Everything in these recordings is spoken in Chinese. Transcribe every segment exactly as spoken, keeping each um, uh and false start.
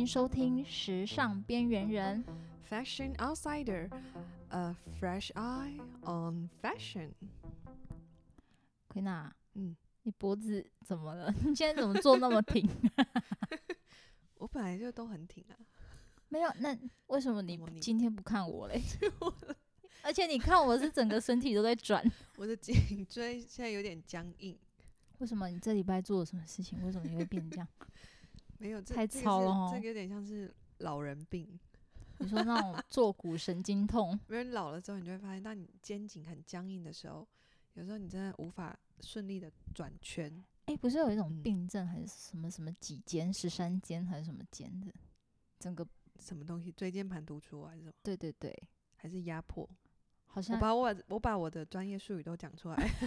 迎收听《时尚边缘人》 Fashion Outsider, a fresh eye on fashion。 奎娜， 嗯， 你脖子怎么了？你现在怎么坐那么挺？ 我本来就都很挺啊。 没有，那为什么你怎么你今天不看我嘞？而且你看我是整个身体都在转， 我的颈椎现在有点僵硬。 为什么？你这礼拜做了什么事情？为什么你会变这样？ 没有，这太这个糙了哦是这个有点像是老人病。 你说那种坐骨神经痛？ 因为老了之后，你就会发现，当你肩颈很僵硬的时候，有时候你真的无法顺利的转圈。 哎、欸，不是有一种嗯病症，还是什么什么几肩、十三肩还是什么肩的？整个什么东西？椎间盘突出还是什么？ 对对对， 还是压迫？ 好像我把我我把我的专业术语都讲出来。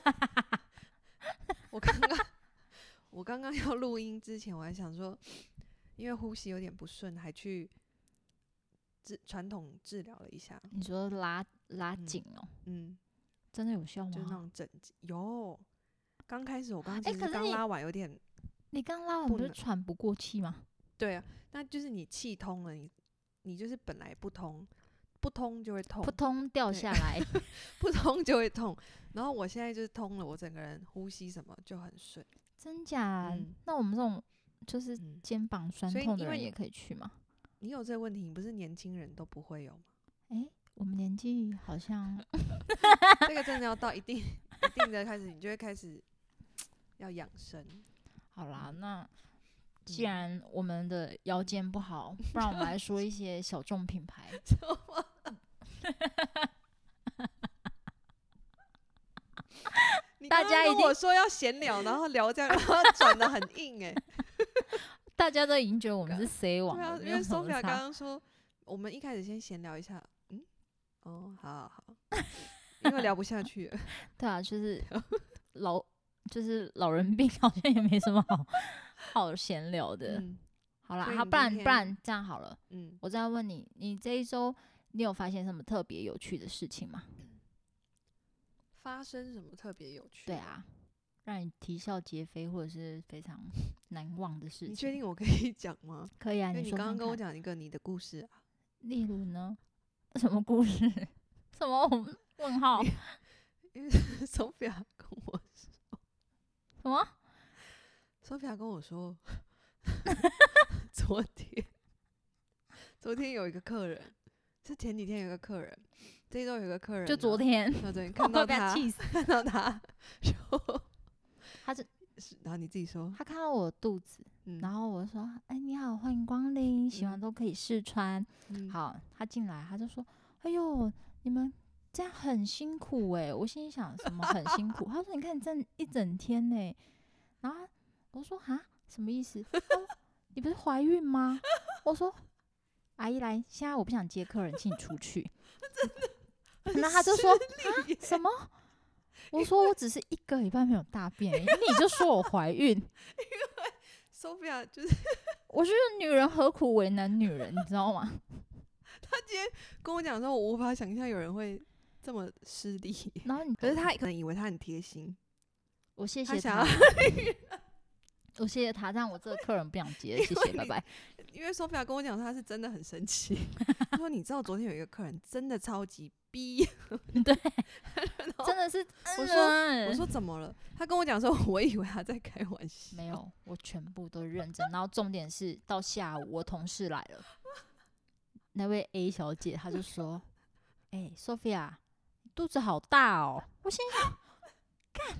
我刚刚我刚刚要录音之前，我还想说，因为呼吸有点不顺，还去治传统治疗了一下。 你说拉拉紧哦、 嗯， 真的有效吗？ 就是那种整有。刚开始我刚刚欸其实刚拉完有点， 你刚拉完不是喘不过气吗？ 对啊，那就是你气通了，你你就是本来不通，不通就会痛， 扑通掉下来， 不通就会痛。然后我现在就是通了，我整个人呼吸什么就很顺。 真假？ 嗯那我们这种就是嗯， 肩膀酸所以因为痛的人也可以去吗？ 你有这个问题，你不是年轻人都不会有吗？ 哎、欸，我们年纪好像这个真的要到一定一定的开始，你就会开始要养生。 好啦，那既然我们的腰间不好，不然我们来说一些小众品牌。 你大家跟我说要闲聊，然后聊这样，然后转得很硬哎、欸。 大家都已经觉得我们是 C 网了， 对啊，因为 Sophia 刚刚说，我们一开始先闲聊一下，嗯，哦，好好好，因为聊不下去了。 对啊，就是老就是老人病，好像也没什么好好闲聊的。 嗯， 好啦， 所以好，不然你今天不然这样好了， 嗯， 我再问你，你这一周你有发现什么特别有趣的事情吗？ 发生什么特别有趣？ 对啊，让你啼笑皆非或者是非常难忘的事情。 你确定我可以讲吗？ 可以啊， 因为你说看看。 刚刚跟我讲一个你的故事啊。 例如呢？什么故事？什么问号？ 因为 Sophia 跟我说什么 ，Sophia 跟我说，昨天昨天有一个客人，是前几天有一个客人，这一周有一个客人、啊， 就昨天， 昨天看到他， 气死， 看到他说， 他是， 然后你自己说， 他看到我肚子， 嗯、 然后我说，哎、欸，你好，欢迎光临，喜欢都可以试穿。 嗯、 好，他进来，他就说，哎呦，你们这样很辛苦哎、欸。我心里想，什么很辛苦？他说，你看你这一整天呢、欸。然后我说，哈，什么意思？哦，你不是怀孕吗？我说，阿姨来，现在我不想接客人，请你出去。那他就说啊什么？我说我只是一个礼拜没有大便、欸，你就说我怀孕？因为 Sophia 就是我觉得女人何苦为难女人，你知道吗？ 他今天跟我讲说，我无法想象有人会这么失礼。 然后你， 可是他可能以为他很贴心， 我谢谢他， 他我谢谢他，但我这个客人不想接，谢谢，拜拜。 因为 Sophia 跟我讲，他是真的很生气。他说：“你知道昨天有一个客人真的超级逼， 对，真的是。” 我说：“我说怎么了？”他跟我讲说，我以为他在开玩笑。 没有，我全部都认真。然后重点是到下午，我同事来了，那位 A 小姐，她就说：“哎、欸、，Sophia， 肚子好大哦。”我心想，干。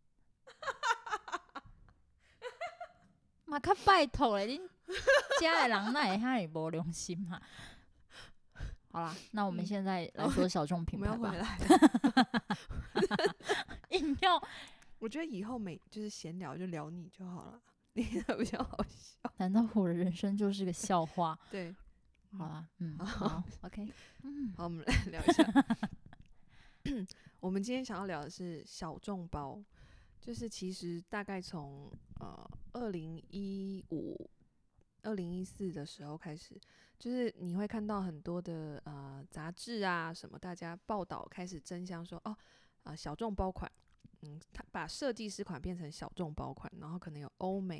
嘛较拜托嘞，恁家的人哪会遐尔无良心嘛？好啦，那我们现在来说小众品牌吧。 我们要回来。 硬要， 我觉得以后每就是闲聊就聊你就好了，你的比较好笑。 难道我的人生就是个笑话？ 对， 好啦，嗯，好 ，OK， 嗯， 好，我们来聊一下。我们今天想要聊的是小众包。就是其实大概从呃二零一五、二零一四的时候开始，就是你会看到很多的呃杂志啊什么，大家报道开始争相说哦啊、呃、小众包款，嗯，他把设计师款变成小众包款，然后可能有欧美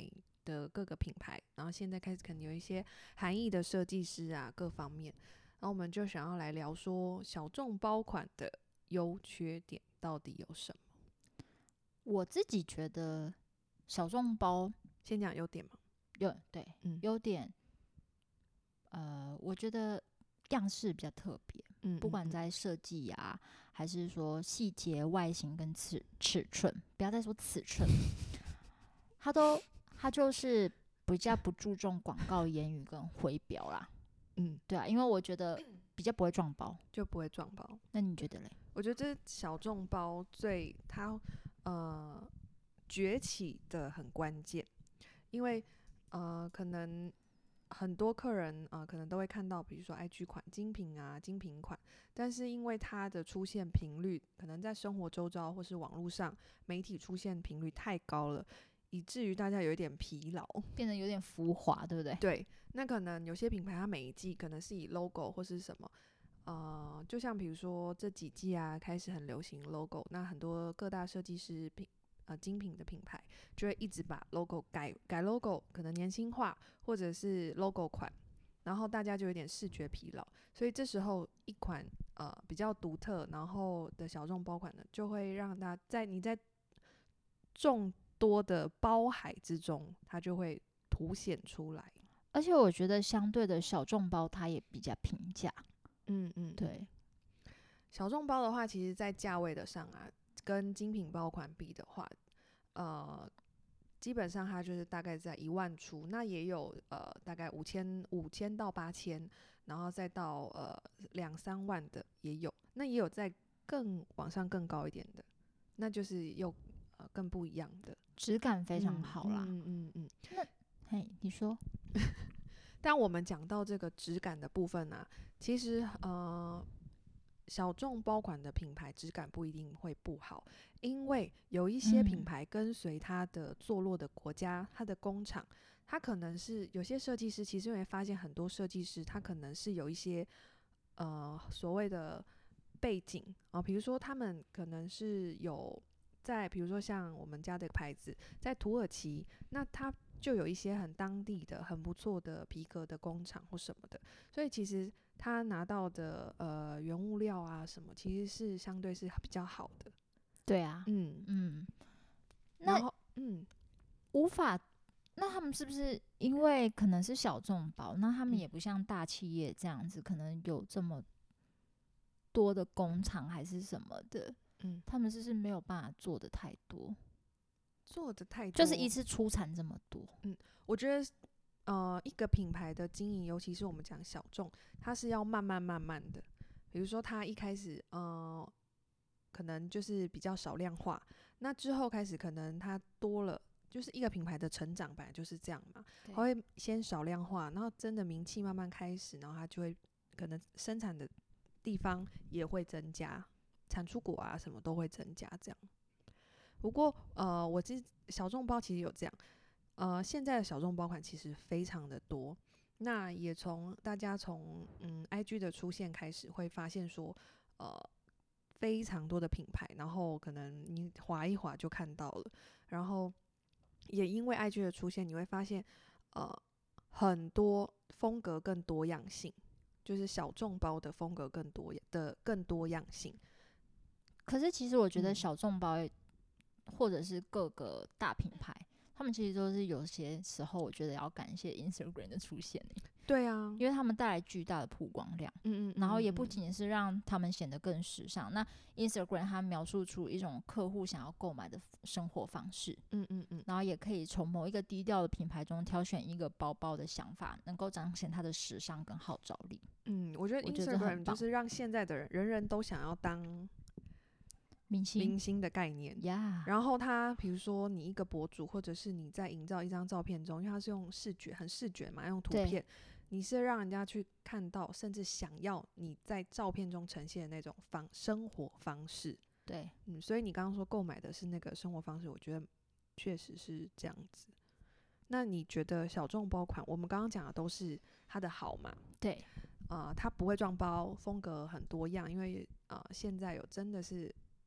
的各个品牌，然后现在开始可能有一些韩裔的设计师啊，各方面，然后我们就想要来聊说小众包款的优缺点到底有什么。 我自己觉得小众包先讲优点嘛， 有对嗯优点，呃，我觉得样式比较特别， 嗯， 不管嗯在设计啊，还是说细节、外形跟尺尺寸，不要再说尺寸，它都它就是比较不注重广告言语跟回标啦。 嗯， 对啊，因为我觉得比较不会撞包。 就不会撞包。 那你觉得嘞？ 我觉得这小众包最它呃崛起的很关键，因为呃可能很多客人呃可能都会看到，比如说 I G 款精品啊、精品款，但是因为它的出现频率可能在生活周遭或是网络上媒体出现频率太高了，以至于大家有一点疲劳， 变得有点浮华，对不对？ 对，那可能有些品牌它每一季可能是以 logo 或是什么。呃，就像比如说这几季啊，开始很流行 logo，那很多各大设计师品呃精品的品牌就会一直把 logo 改改 logo，可能年轻化或者是 logo 款，然后大家就有点视觉疲劳，所以这时候一款呃比较独特然后的小众包款呢，就会让大家在你在众多的包海之中，它就会凸显出来。 而且我觉得相对的小众包它也比较平价。 嗯嗯， 对， 小众包的话，其实在价位的上啊，跟精品包款比的话，呃，基本上它就是大概在一万出，那也有呃大概五千五千到八千，然后再到呃两三万的也有，那也有在更往上更高一点的，那就是又呃更不一样的， 质感非常嗯好啦。 嗯嗯嗯嗯。 嘿，你说， 但我们讲到这个质感的部分啊，其实呃，小众包款的品牌质感不一定会不好，因为有一些品嗯牌跟随它的坐落的国家、它的工厂，它可能是有些设计师，其实你会发现很多设计师，他可能是有一些呃所谓的背景啊、呃，比如说他们可能是有在，比如说像我们家的牌子在土耳其，那它就有一些很当地的、很不错的皮革的工厂或什么的，所以其实他拿到的呃原物料啊什么，其实是相对是比较好的。 对啊， 嗯， 嗯，那然后嗯无法，那他们是不是因为可能是小众包，那他们嗯也不像大企业这样子，可能有这么多的工厂还是什么的， 嗯， 他们是不是没有办法做的太多， 做的太多， 就是一次出产这么多？ 我觉得呃一个品牌的经营，尤其是我们讲小众，它是要慢慢慢慢的。比如说它一开始呃可能就是比较少量化，那之后开始可能它多了，就是一个品牌的成长本来就是这样嘛， 对它会先少量化，然后真的名气慢慢开始，然后它就会可能生产的地方也会增加，产出国啊什么都会增加这样。不过呃我这小众包其实有这样。呃，现在的小众包款其实非常的多，那也从大家从嗯 I G 的出现开始，会发现说，呃，非常多的品牌，然后可能你滑一滑就看到了，然后也因为 I G 的出现，你会发现，呃，很多风格更多样性，就是小众包的风格更多的更多样性。 可是其实我觉得嗯小众包或者是各个大品牌，他们其实都是有些时候，我觉得要感谢 Instagram 的出现、欸、 对啊， 因为他们带来巨大的曝光量， 嗯嗯， 然后也不嗯仅是让他们显得更时尚。那 Instagram 它描述出一种客户想要购买的生活方式， 嗯嗯嗯， 然后也可以从某一个低调的品牌中挑选一个包包的想法，能够彰显它的时尚跟号召力。 嗯，我觉得我觉得这很 Instagram 就棒是让现在的人人人都想要当明星明星的概念。 呀， 然后他比如说你一个博主，或者是你在营造一张照片中，因为他是用视觉很视觉嘛，用图对片，你是让人家去看到，甚至想要你在照片中呈现的那种方生活方式。 对， 嗯，所以你刚刚说购买的是那个生活方式，我觉得确实是这样子。那你觉得小众包款，我们刚刚讲的都是它的好嘛？ 对， 呃，它不会撞包，风格很多样，因为呃现在有真的是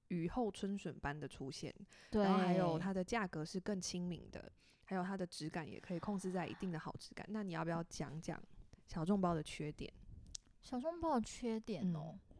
雨后春笋般的出现， 对， 然后还有它的价格是更亲民的，还有它的质感也可以控制在一定的好质感。那你要不要讲讲小众包的缺点？ 小众包的缺点哦、 嗯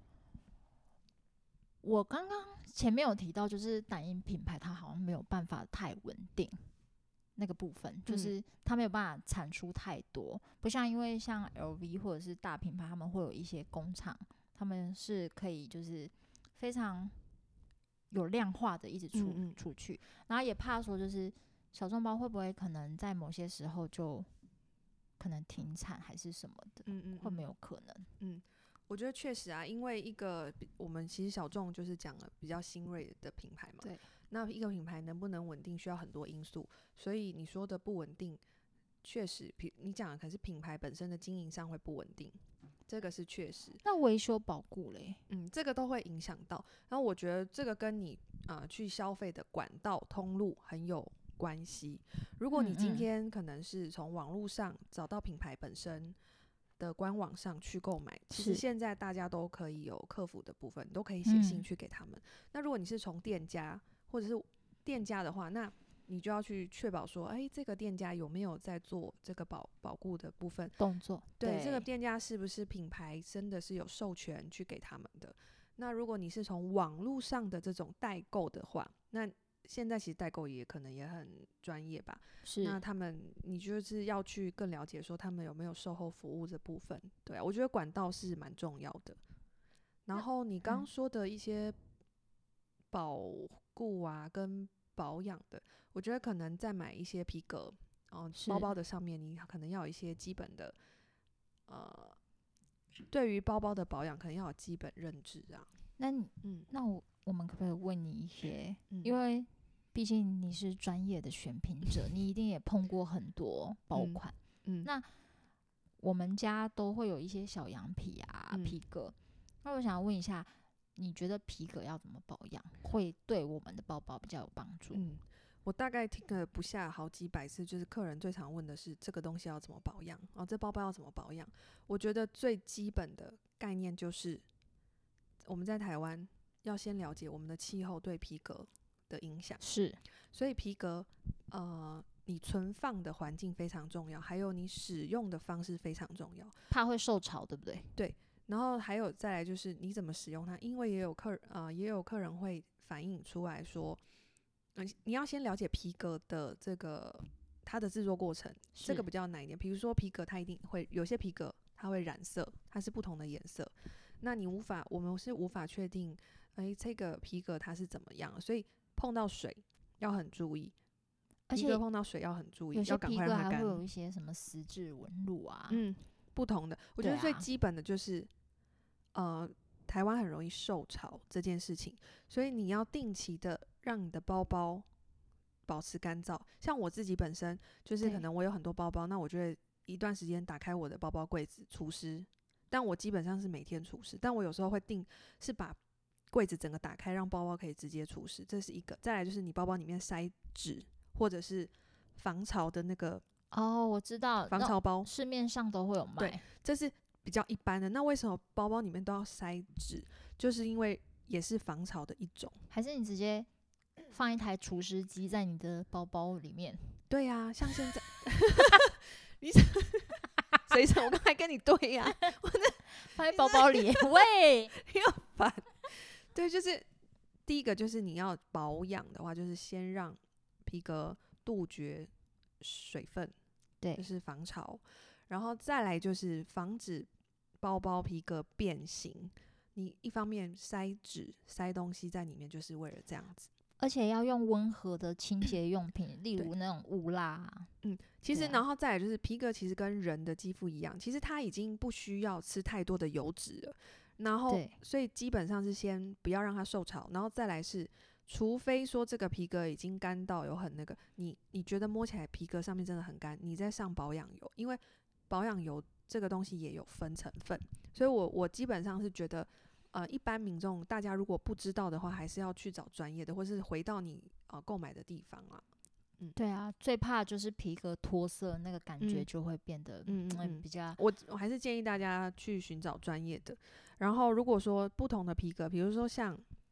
我刚刚前面有提到，就是单一品牌它好像没有办法太稳定，那个部分就是它没有办法产出太多，不像因为像 L V 或者是大品牌，他们会有一些工厂，他们是可以就是非常有量化的一直出嗯嗯出去，然后也怕说就是小众包会不会可能在某些时候就可能停产还是什么的， 嗯嗯， 会没有可能。 嗯，我觉得确实啊，因为一个我们其实小众就是讲了比较新锐的品牌嘛， 对， 那一个品牌能不能稳定需要很多因素，所以你说的不稳定，确实，你讲的可能是品牌本身的经营上会不稳定，这个是确实。 那维修保固嘞？ 嗯，这个都会影响到。然后我觉得这个跟你呃去消费的管道通路很有关系。如果你今天可能是从网络上找到品牌本身的官网上去购买，其实现在大家都可以有客服的部分，都可以写信去给他们。嗯、那如果你是从店家或者是店家的话，那你就要去确保说，哎、欸，这个店家有没有在做这个保保固的部分动作？ 对， 对， 这个店家是不是品牌真的是有授权去给他们的？那如果你是从网络上的这种代购的话，那现在其实代购也可能也很专业吧？ 是。 那他们你就是要去更了解说他们有没有售后服务这部分？对啊，我觉得管道是蛮重要的。然后你刚刚说的一些保固啊跟保养的，我觉得可能再买一些皮革，哦，包包的上面你可能要有一些基本的，呃，对于包包的保养可能要有基本认知啊。 那你， 嗯， 那我我们可不可以问你一些？ 嗯、 因为毕竟你是专业的选品者，你一定也碰过很多包款。 嗯，嗯那我们家都会有一些小羊皮啊、 嗯、 皮革。那我想问一下，你觉得皮革要怎么保养，会对我们的包包比较有帮助？ 嗯，我大概听了不下好几百次，就是客人最常问的是这个东西要怎么保养，哦，这包包要怎么保养？我觉得最基本的概念就是我们在台湾要先了解我们的气候对皮革的影响， 是， 所以皮革呃，你存放的环境非常重要，还有你使用的方式非常重要， 怕会受潮，对不对？ 对。然后还有再来就是你怎么使用它，因为也有客呃也有客人会反映出来说，嗯、呃，你要先了解皮革的这个它的制作过程，这个比较难一点。比如说皮革它一定会有些皮革它会染色，它是不同的颜色，那你无法我们是无法确定，哎，这个皮革它是怎么样，所以碰到水要很注意， 而且皮革碰到水要很注意， 有些要赶快让它干。 皮革还会有一些什么十字纹路啊， 嗯，不同的，我觉得啊、 最基本的就是。呃，台湾很容易受潮这件事情，所以你要定期的让你的包包保持干燥。像我自己本身就是可能我有很多包包，那我就会一段时间打开我的包包柜子除湿，但我基本上是每天除湿，但我有时候会定是把柜子整个打开，让包包可以直接除湿，这是一个。再来就是你包包里面塞纸或者是防潮的那个哦，我知道防潮包， 市面上都会有卖， 对，这是比较一般的。那为什么包包里面都要塞纸？就是因为也是防潮的一种。 还是你直接放一台除湿机在你的包包里面？ 对呀、啊，像现在你谁什我刚才跟你对呀、啊，我那放在包包里，喂， 要烦。对，就是第一个就是你要保养的话，就是先让皮革杜绝水分， 对， 就是防潮。然后再来就是防止包包皮革变形，你一方面塞纸塞东西在里面，就是为了这样子。 而且要用温和的清洁用品，例如那种乌拉、啊。 嗯，其实、 啊、 然后再来就是皮革，其实跟人的肌肤一样，其实它已经不需要吃太多的油脂了。然后，所以基本上是先不要让它受潮，然后再来是，除非说这个皮革已经干到有很那个，你你觉得摸起来皮革上面真的很干，你再上保养油，因为保养油这个东西也有分成分，所以我我基本上是觉得，呃，一般民众大家如果不知道的话，还是要去找专业的，或是回到你呃购买的地方啊。嗯， 对啊，最怕就是皮革脱色，那个感觉就会变得嗯嗯嗯比较。 我我还是建议大家去寻找专业的。然后如果说不同的皮革，比如说像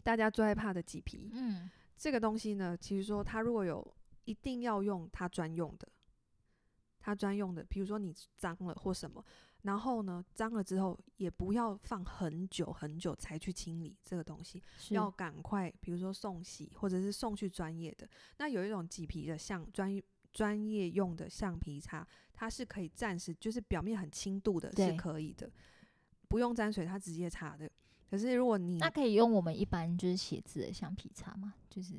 大家最害怕的麂皮， 嗯， 这个东西呢，其实说它如果有一定要用它专用的，它专用的，比如说你脏了或什么，然后呢脏了之后也不要放很久很久才去清理这个东西，要赶快，比如说送洗或者是送去专业的。那有一种麂皮的橡专专业用的橡皮擦，它是可以暂时就是表面很轻度的，是可以的，不用沾水，它直接擦的。可是如果你那可以用我们一般就是写字的橡皮擦吗？就是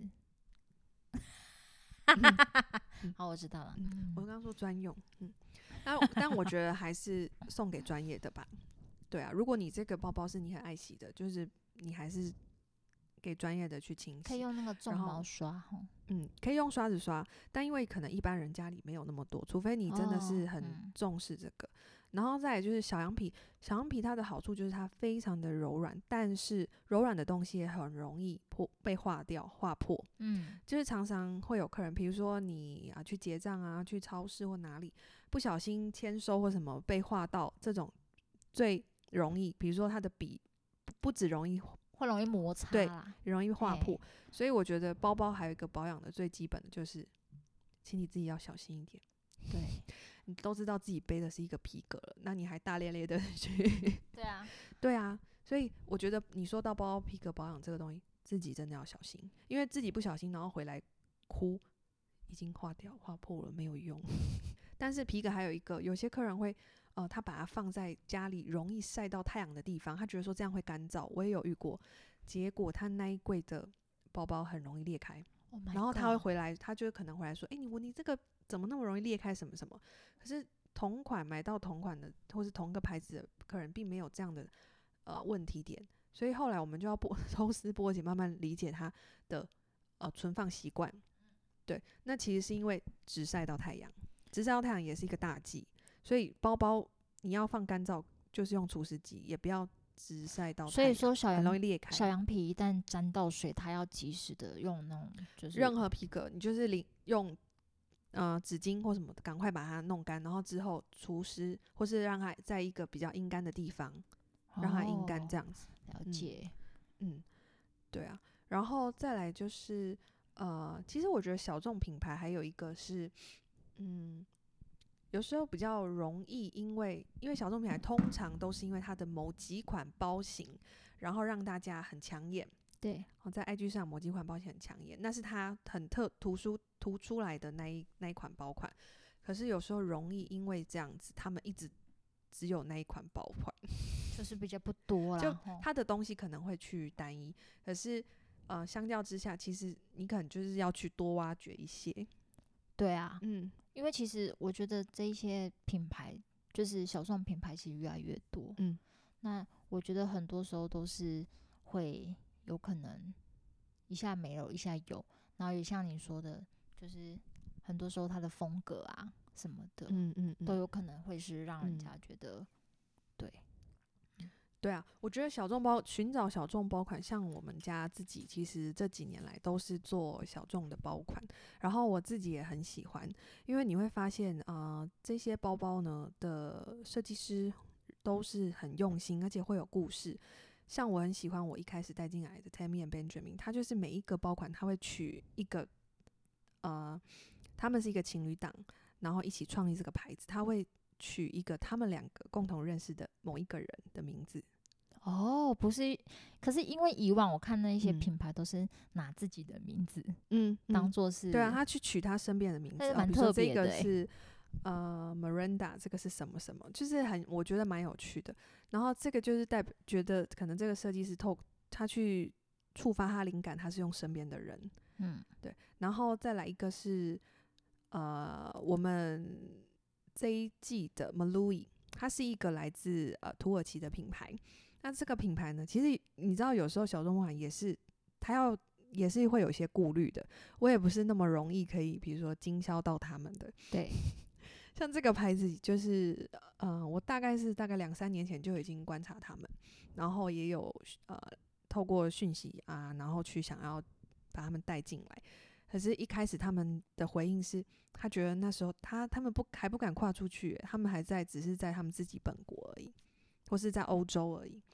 嗯、 好，我知道了。 嗯、我刚刚说专用，嗯，但但我觉得还是送给专业的吧。对啊，如果你这个包包是你很爱惜的，就是你还是给专业的去清洗。 可以用那个重毛刷， 嗯，可以用刷子刷，但因为可能一般人家里没有那么多，除非你真的是很重视这个。哦嗯、然后再来就是小羊皮，小羊皮它的好处就是它非常的柔软，但是柔软的东西也很容易破被划掉、划破。嗯，就是常常会有客人，比如说你啊去结账啊，去超市或哪里不小心签收或什么被划到，这种最容易，比如说它的笔不只容易。 会容易摩擦， 对，容易划破。所以我觉得包包还有一个保养的最基本的就是，请你自己要小心一点。 对， 你都知道自己背的是一个皮革了，那你还大咧咧的去， 对啊， 对啊。所以我觉得你说到包包皮革保养这个东西，自己真的要小心，因为自己不小心，然后回来哭，已经划掉、划破了，没有用。但是皮革还有一个，有些客人会。呃，他把它放在家里容易晒到太阳的地方，他觉得说这样会干燥。我也有遇过，结果他那一柜的包包很容易裂开， oh、 然后他会回来，他就可能回来说：“哎、欸，你你这个怎么那么容易裂开？什么什么？”可是同款买到同款的或是同个牌子的客人，并没有这样的呃问题点，所以后来我们就要抽丝剥茧，慢慢理解他的呃存放习惯。对，那其实是因为直晒到太阳，直晒到太阳也是一个大忌。所以包包你要放干燥，就是用除湿机，也不要直晒到太阳， 所以说小羊很容易裂开。 小羊皮一旦沾到水，它要及时的用那种，就是任何皮革，你就是用呃纸巾或什么的，赶快把它弄干，然后之后除湿，或是让它在一个比较阴干的地方，让它阴干这样子。 哦、了解嗯，嗯，对啊。然后再来就是呃，其实我觉得小众品牌还有一个是，嗯。有时候比较容易，因为因为小众品牌通常都是因为它的某几款包型，然后让大家很抢眼。 对， 哦，在 I G 上某几款包型很抢眼，那是它很特突出突出来的那一那一款包款。可是有时候容易因为这样子，他们一直只有那一款包款， 就是比较不多啦。 就它的东西可能会趋于单一，可是呃，相较之下，其实你可能就是要去多挖掘一些。 对啊， 嗯。 因为其实我觉得这一些品牌，就是小众品牌，其实越来越多。嗯，那我觉得很多时候都是会有可能一下没有，一下有，然后也像你说的，就是很多时候它的风格啊什么的，嗯嗯嗯，都有可能会是让人家觉得，嗯、对。 对啊，我觉得小众包寻找小众包款，像我们家自己其实这几年来都是做小众的包款，然后我自己也很喜欢，因为你会发现啊、呃，这些包包呢的设计师都是很用心，而且会有故事。像我很喜欢我一开始带进来的 Tammy and Benjamin， 他就是每一个包款他会取一个呃，他们是一个情侣档，然后一起创立这个牌子，他会取一个他们两个共同认识的某一个人的名字。 哦，不是，可是因为以往我看那些品牌都是拿自己的名字，嗯，当做是、 嗯、对啊，他去取他身边的名字， 蛮特别的、欸。 这个是呃 Miranda， 这个是什么什么，就是很我觉得蛮有趣的。然后这个就是代表觉得可能这个设计师透他去触发他灵感，他是用身边的人，嗯，对。然后再来一个是呃我们这一季的 Malui， 它是一个来自呃土耳其的品牌。那这个品牌呢，其实你知道有时候小众款也是它要也是会有一些顾虑的，我也不是那么容易可以比如说经销到他们的。 对， 像这个牌子就是呃我大概是大概两三年前就已经观察他们，然后也有呃透过讯息啊，然后去想要把他们带进来。可是一开始他们的回应是他觉得那时候他他们不还不敢跨出去，他们还在只是在他们自己本国而已，或是在欧洲而已。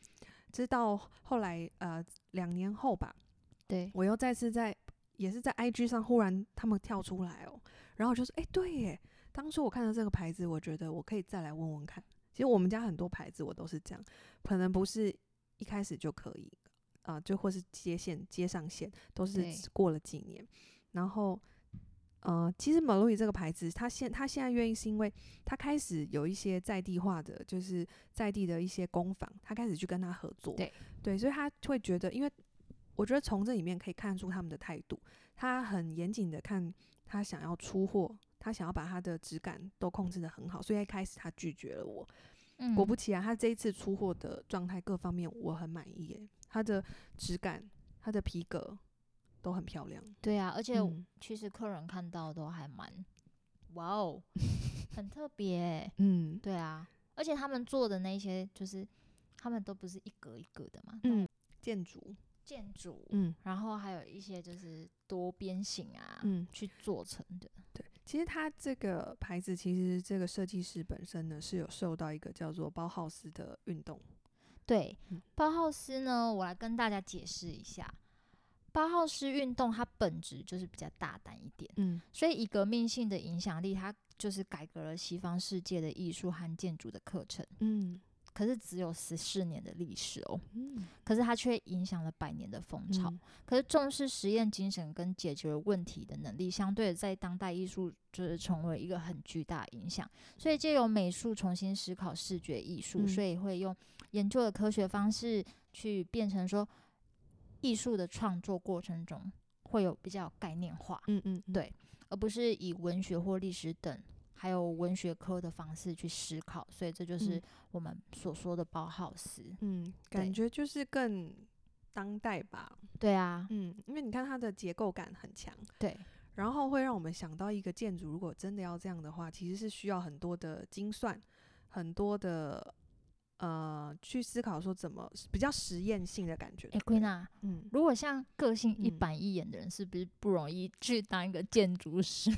直到后来呃两年后吧， 对， 我又再次在也是在 I G 上忽然他们跳出来哦，然后我就说哎、欸、对耶，当初我看到这个牌子，我觉得我可以再来问问看。其实我们家很多牌子我都是这样，可能不是一开始就可以啊、呃，就或是接线接上线，都是过了几年，然后。呃，其实 Marui 这个牌子，它现它现在愿意是因为它开始有一些在地化的，就是在地的一些工坊，它开始去跟他合作， 对对，所以他会觉得，因为我觉得从这里面可以看出他们的态度，他很严谨的看他想要出货，他想要把他的质感都控制得很好，所以一开始他拒绝了我，嗯、果不其然，他这一次出货的状态各方面我很满意耶，他的质感，他的皮革。都很漂亮， 对啊，而且其实客人看到都还蛮，哇哦，很特别，嗯，对啊，而且他们做的那些就是他们都不是一格一格的嘛，嗯， 建筑， 建筑，嗯，然后还有一些就是多边形啊，嗯，去做成的。 对，其实它这个牌子，其实这个设计师本身呢是有受到一个叫做包浩斯的运动。 对，嗯、包浩斯呢，我来跟大家解释一下。包浩斯运动它本质就是比较大胆一点，嗯，所以以革命性的影响力，它就是改革了西方世界的艺术和建筑的课程，嗯，可是只有十四年的历史哦，嗯，可是它却影响了百年的风潮，嗯、可是重视实验精神跟解决问题的能力，相对的在当代艺术就是成为一个很巨大的影响，所以借由美术重新思考视觉艺术，嗯、所以会用研究的科学方式去变成说。艺术的创作过程中会有比较概念化，嗯嗯，对，而不是以文学或历史等还有文学科的方式去思考，所以这就是我们所说的包浩斯， 嗯，感觉就是更当代吧， 对啊， 嗯，因为你看它的结构感很强， 对， 然后会让我们想到一个建筑，如果真的要这样的话，其实是需要很多的精算，很多的。呃，去思考说怎么比较实验性的感觉。 哎 ，Queena， 嗯，如果像个性一板一眼的人，嗯、是不是不容易去当一个建筑师？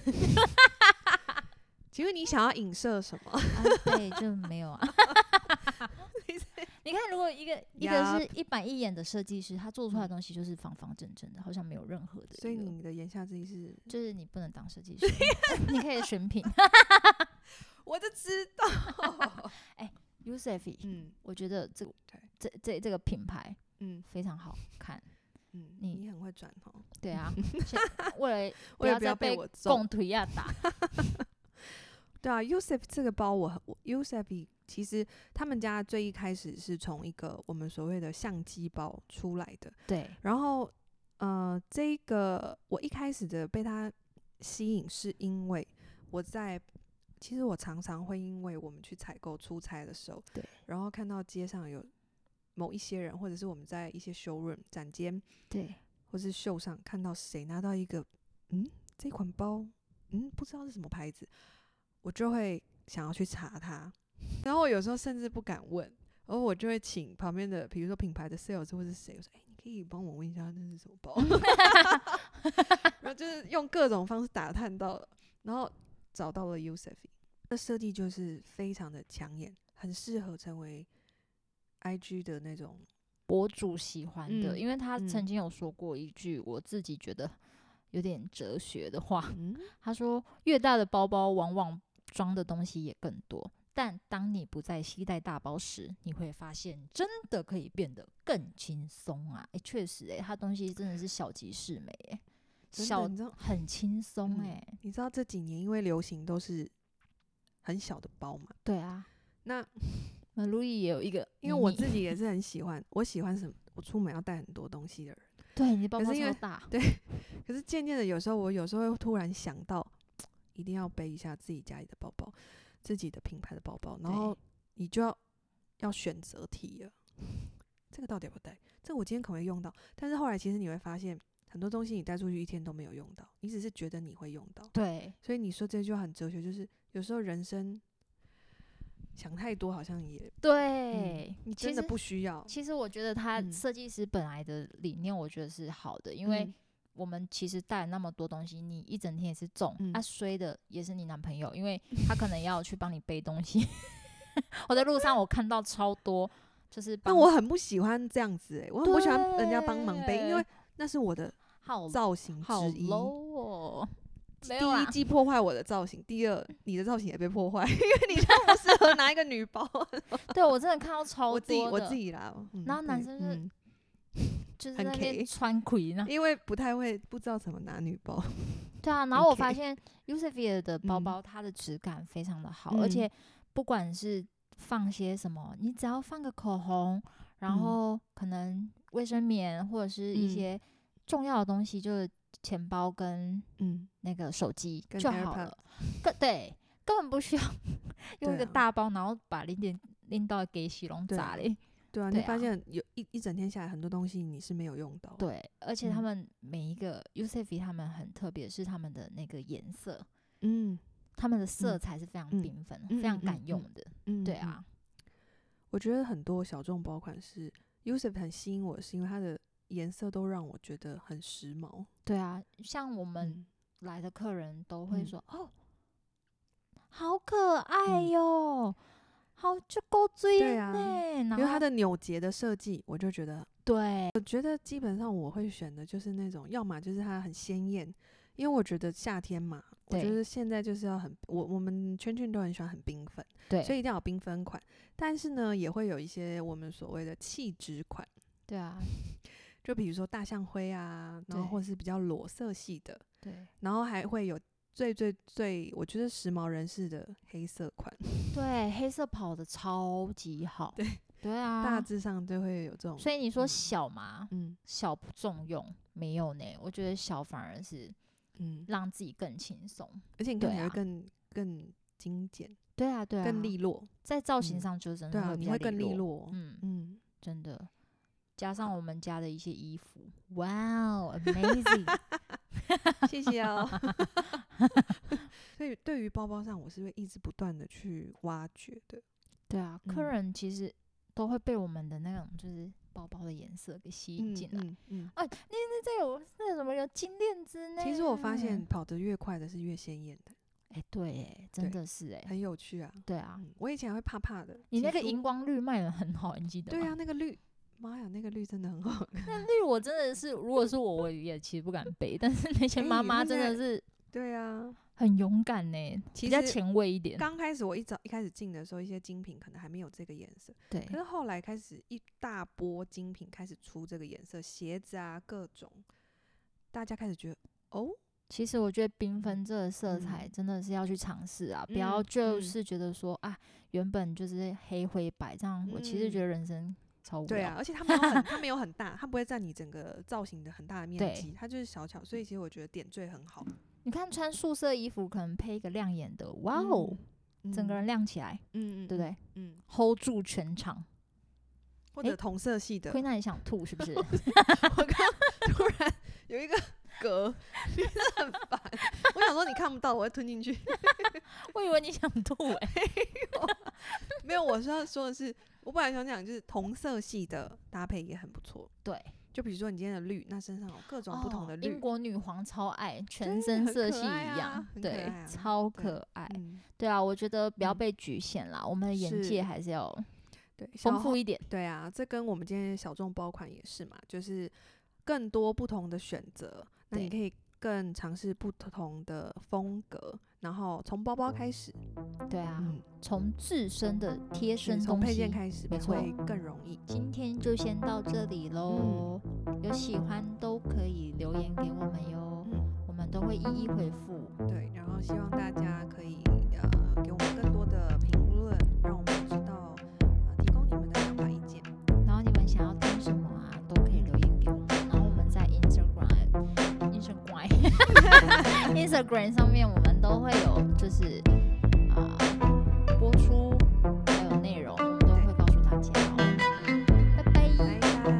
请问你想要影射什么？ 啊、对，就没有啊。你看，如果一个一个是一板一眼的设计师，他做出来的东西就是方方正正的，好像没有任何的。 所以你的言下之意是， 就是你不能当设计师，你可以选品。 我就知道。 哎、欸。Yosefi， 嗯，我觉得这这这这个品牌，嗯，非常好看， 嗯，你你很会转哦， 对啊，为了不要再被共推亚打， 对啊 ，Yosefi 这个包我我 Yosefi 其实他们家最一开始是从一个我们所谓的相机包出来的， 对， 然后呃，这个我一开始的被它吸引是因为我在。其实我常常会因为我们去采购出差的时候， 对， 然后看到街上有某一些人，或者是我们在一些 showroom 展间， 对， 或是秀上看到谁拿到一个，嗯，这款包，嗯，不知道是什么牌子，我就会想要去查它，然后我有时候甚至不敢问，然后我就会请旁边的，比如说品牌的 sales 或是谁，我说，哎、欸，你可以帮我问一下这是什么包，然后就是用各种方式打探到了，然后。找到了 Yosefi， 这设计就是非常的抢眼，很适合成为 I G 的那种博主喜欢的，嗯、因为他曾经有说过一句我自己觉得有点哲学的话，嗯、他说越大的包包往往装的东西也更多，但当你不再携带大包时，你会发现真的可以变得更轻松啊！哎，确实，哎，他东西真的是小极世美，哎。小很轻松哎， 你知道这几年因为流行都是很小的包嘛？ 对啊， 那 Marui 也有一个， 因为我自己也是很喜欢，我喜欢什么？我出门要带很多东西的人。 对，你的包包超大。 对，可是渐渐的，有时候我有时候会突然想到，一定要背一下自己家里的包包，自己的品牌的包包，然后你就要要选择题了。这个到底要不要带？这个我今天可能会用到，但是后来其实你会发现。很多东西你带出去一天都没有用到，你只是觉得你会用到。 对， 所以你说这句话很哲学，就是有时候人生想太多好像也对、 嗯，你真的不需要。 其实我觉得他设计师本来的理念，我觉得是好的，嗯、因为我们其实带了那么多东西，你一整天也是重，嗯、啊衰的也是你男朋友，因为他可能要去帮你背东西。我在路上我看到超多就是但我很不喜欢这样子哎、欸，我很不喜欢人家帮忙背，因为那是我的造型之一。 好 low 哦。 第一既破坏我的造型，第二你的造型也被破坏，因为你这样不适合拿一个女包。 对，我真的看到超多的， 我自己我自己啦。嗯、 然后男生就是、嗯、就是在那边穿盔呢， 因为不太会，不知道怎么拿女包。 对啊，然后我发现 Yousevier 的包包它的质感非常的好、嗯，而且不管是放些什么，你只要放个口红，然后可能卫生棉或者是一些重要的东西，就是钱包跟嗯那个手机就好了，根对根本不需要用一个大包，然后把零点拎到给洗龙砸嘞。 对啊，你发现有一一整天下来，很多东西你是没有用到。 对，而且他们每一个 Yousevier 他们很特别，是他们的那个颜色，嗯，他们的色彩是非常缤纷、嗯，非常敢用的。嗯，对啊， 我觉得很多小众包款是 Yousevier 很吸引我，是因为它的颜色都让我觉得很时髦。 对啊，像我们来的客人都会说：“嗯、哦，好可爱哟、嗯，好就够追对啊，因为它的纽结的设计，我就觉得， 对， 我觉得基本上我会选的就是那种，要么就是它很鲜艳，因为我觉得夏天嘛，我觉得现在就是要很，我我们圈圈都很喜欢很缤纷，对，所以一定要有缤纷款。但是呢，也会有一些我们所谓的气质款， 对啊。” 就比如说大象灰啊，然后或是比较裸色系的， 对， 然后还会有最最最我觉得时髦人士的黑色款， 对，黑色跑的超级好， 对对啊， 大致上就会有这种。 所以你说小嘛， 嗯， 小不重用，没有呢，我觉得小反而是，嗯，让自己更轻松， 而且你看起来更、啊、更精简， 对啊对啊， 更利落， 在造型上就真的会比较利落， 对啊，你会更利落， 嗯嗯，真的。加上我们家的一些衣服，哇哦 ，amazing， 谢谢哦。所以对于包包上，我是会一直不断的去挖掘的。 对啊，嗯、客人其实都会被我们的那种就是包包的颜色给吸引进来。嗯嗯，啊，那那这有那什么有金链子呢？ 其实我发现跑得越快的是越鲜艳的。 哎、欸，对，哎，真的是哎， 很有趣啊。 对啊、 嗯，我以前会怕怕的。 你那个荧光绿卖得很好，你记得吗？ 对啊，那个绿。妈呀，那个绿真的很好看。 那绿我真的是，如果是我，我也其实不敢背。但是那些妈妈真的是， 对啊， 很勇敢呢，比较前卫一点。 刚开始我一早一开始进的时候，一些精品可能还没有这个颜色， 对。 可是后来开始一大波精品开始出这个颜色，鞋子啊各种，大家开始觉得哦。 其实我觉得缤纷这个色彩真的是要去尝试啊、嗯，不要就是觉得说、嗯、啊，原本就是黑灰白这样、嗯。我其实觉得人生。超无聊。 对啊，而且它没有很，它没有很大，它不会占你整个造型的很大的面积，它就是小巧，所以其实我觉得点缀很好。 你看穿素色衣服，可能配一个亮眼的，哇哦、嗯，整个人亮起来，嗯嗯，对不对？嗯 ，hold 住全场。 或者同色系的， 亏那你想吐是不是？ 我刚突然有一个嗝，真的很烦。我想说你看不到，我会吞进去。 我以为你想吐哎、 欸，没有，我是要说的是，我本来想讲就是同色系的搭配也很不错。 对， 就比如说你今天的绿，那身上有各种不同的绿。 哦、英国女皇超爱，全身色系一样，对， 对啊、 超可爱对、嗯。对啊，我觉得不要被局限啦，嗯、我们的眼界还是要丰富一点。 对啊，这跟我们今天小众包款也是嘛，就是更多不同的选择，那你可以更尝试不同的风格。然后从包包开始， 对啊，从、嗯、自身的贴身东西， 从配件开始， 没错， 会更容易。 今天就先到这里喽、嗯，有喜欢都可以留言给我们哟、嗯，我们都会一一回复。 对，然后希望大家可以呃给我们更多的评论，让我们知道呃提供你们的想法意见。 然后你们想要听什么啊，都可以留言给我们。然后我们在 Instagram，Instagram 上面我们都会有，就是啊、呃、播出还有内容，我们都会告诉大家。拜拜。 拜拜。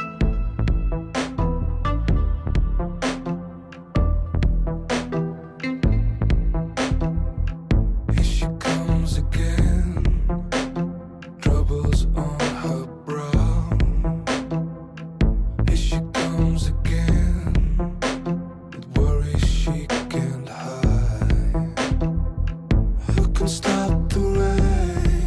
Here she comes again, troubles on her brow. Here she comes again, with worries she can't hide. Who can stop the rain?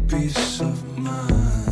peace of mind.